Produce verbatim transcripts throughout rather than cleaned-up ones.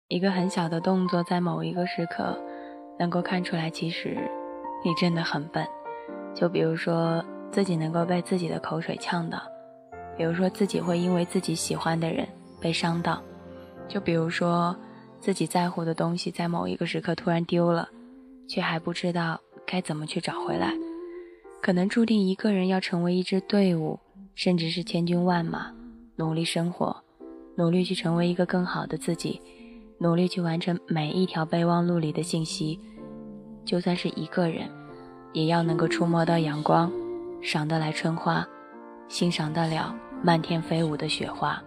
一个很小的动作在某一个时刻能够看出来，其实你真的很笨。就比如说自己能够被自己的口水呛到，比如说自己会因为自己喜欢的人被伤到，就比如说自己在乎的东西在某一个时刻突然丢了，却还不知道该怎么去找回来。可能注定一个人要成为一支队伍，甚至是千军万马，努力生活，努力去成为一个更好的自己，努力去完成每一条备忘录里的信息。就算是一个人，也要能够触摸到阳光，赏得来春花，欣赏得了漫天飞舞的雪花。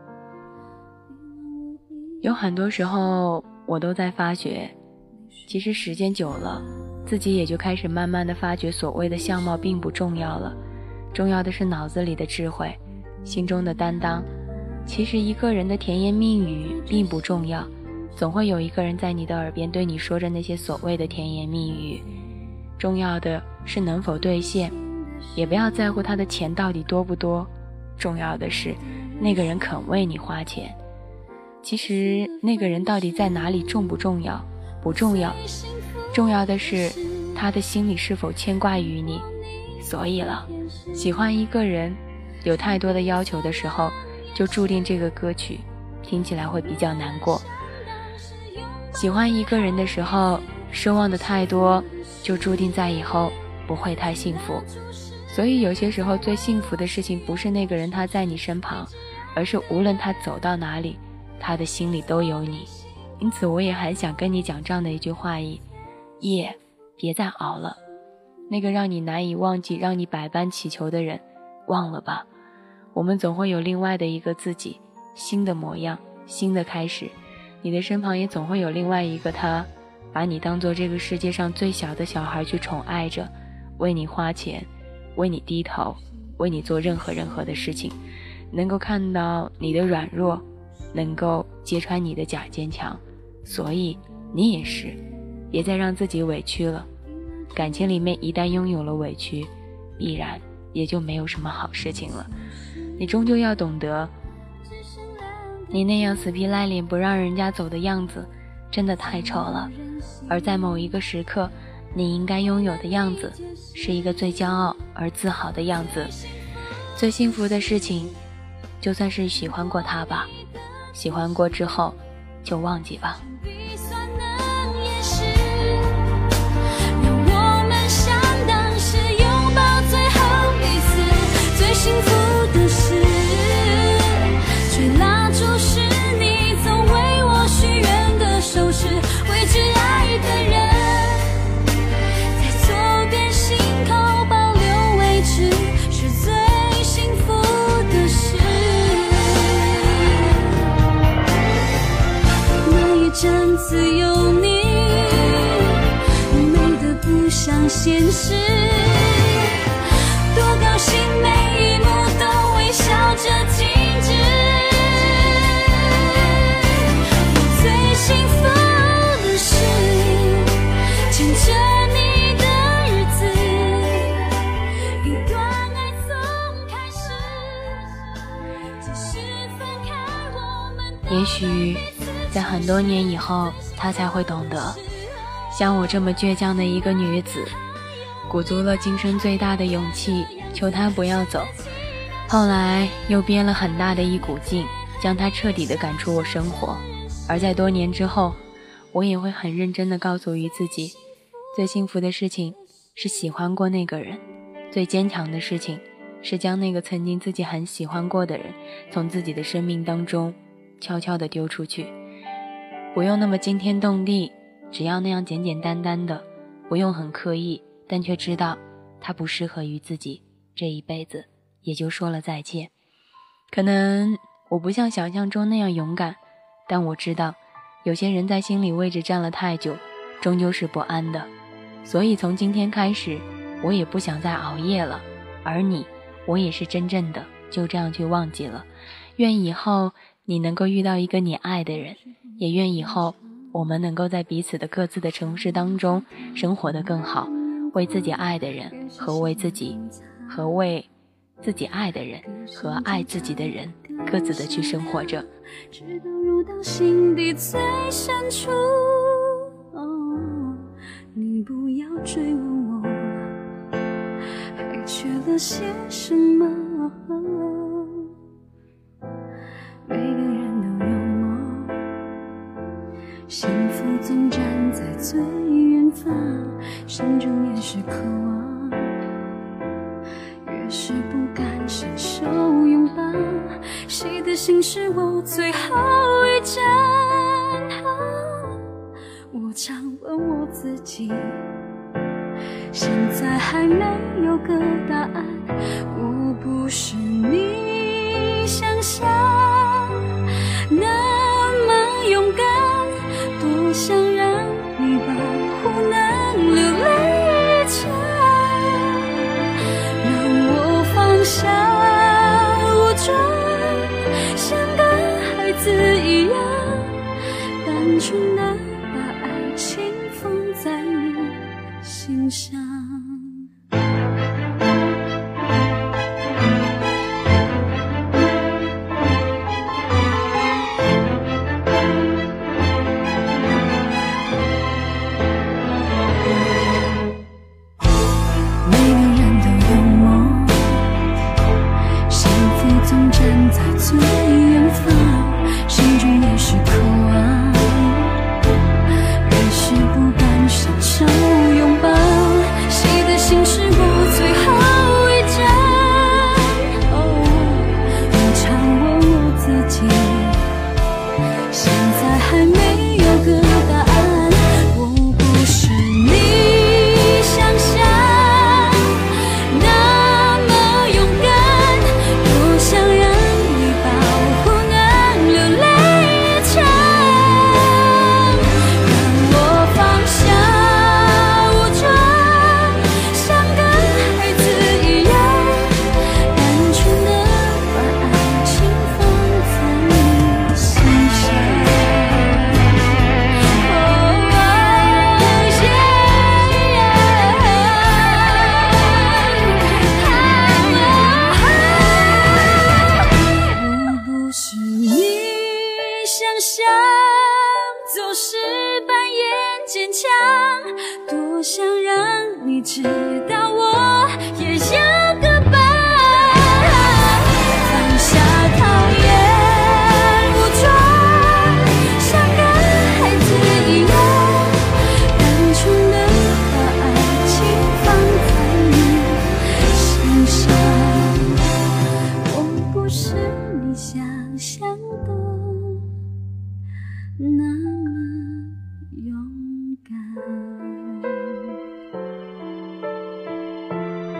有很多时候我都在发觉，其实时间久了，自己也就开始慢慢的发觉，所谓的相貌并不重要了，重要的是脑子里的智慧，心中的担当。其实一个人的甜言蜜语并不重要，总会有一个人在你的耳边对你说着那些所谓的甜言蜜语，重要的是能否兑现。也不要在乎他的钱到底多不多，重要的是那个人肯为你花钱。其实那个人到底在哪里重不重要？不重要，重要的是他的心里是否牵挂于你。所以了，喜欢一个人有太多的要求的时候，就注定这个歌曲听起来会比较难过。喜欢一个人的时候，奢望的太多，就注定在以后不会太幸福。所以有些时候最幸福的事情不是那个人他在你身旁，而是无论他走到哪里，他的心里都有你。因此我也很想跟你讲这样的一句话意：夜，别再熬了，那个让你难以忘记，让你百般祈求的人，忘了吧。我们总会有另外的一个自己，新的模样，新的开始。你的身旁也总会有另外一个他，把你当做这个世界上最小的小孩去宠爱着，为你花钱，为你低头，为你做任何任何的事情，能够看到你的软弱，能够揭穿你的假坚强。所以你也是，别再让自己委屈了。感情里面一旦拥有了委屈，必然也就没有什么好事情了。你终究要懂得，你那样死皮赖脸不让人家走的样子真的太丑了。而在某一个时刻，你应该拥有的样子是一个最骄傲而自豪的样子。最幸福的事情，就算是喜欢过他吧，喜欢过之后就忘记吧。 幸福的事，最蜡烛是你曾为我许愿的手势，为挚爱的人在左边心口保留位置，是最幸福的事。那一阵子有你，美得不像现实，多高兴每一幕都微笑着静止。我最幸福的是牵着你的日子，一段爱从开始，即使分开我们。 也许在很多年以后他才会懂得，像我这么倔强的一个女子，鼓足了今生最大的勇气求他不要走，后来又憋了很大的一股劲，将他彻底的赶出我生活。而在多年之后，我也会很认真的告诉于自己，最幸福的事情是喜欢过那个人，最坚强的事情是将那个曾经自己很喜欢过的人从自己的生命当中悄悄地丢出去。不用那么惊天动地，只要那样简简单单的，不用很刻意，但却知道它不适合于自己，这一辈子也就说了再见。可能我不像想象中那样勇敢，但我知道有些人在心里位置站了太久，终究是不安的。所以从今天开始，我也不想再熬夜了，而你，我也是真正的就这样去忘记了。愿以后你能够遇到一个你爱的人，也愿以后我们能够在彼此的各自的城市当中生活得更好，为自己爱的人和为自己和为自己爱的人和爱自己的人各自的去生活着。 直到入到心底最深处，哦，你不要追问我还缺了些什么。每个人都有梦，幸福总站在最远方，心中也是渴望，越是不敢伸手拥抱，谁的心是我最后一站。我常问我自己，现在还没有个答案，我不是你想象那么勇敢，多想让你保护能流泪一场，让我放下武装，像个孩子一样，单纯的把爱情放在你心上。最远方，心中也是渴望，越是不敢伸手拥抱，谁的心是我最后一站。哦，我常问我自己，现在还没有个答案，我不是你想象那么勇敢，多想让是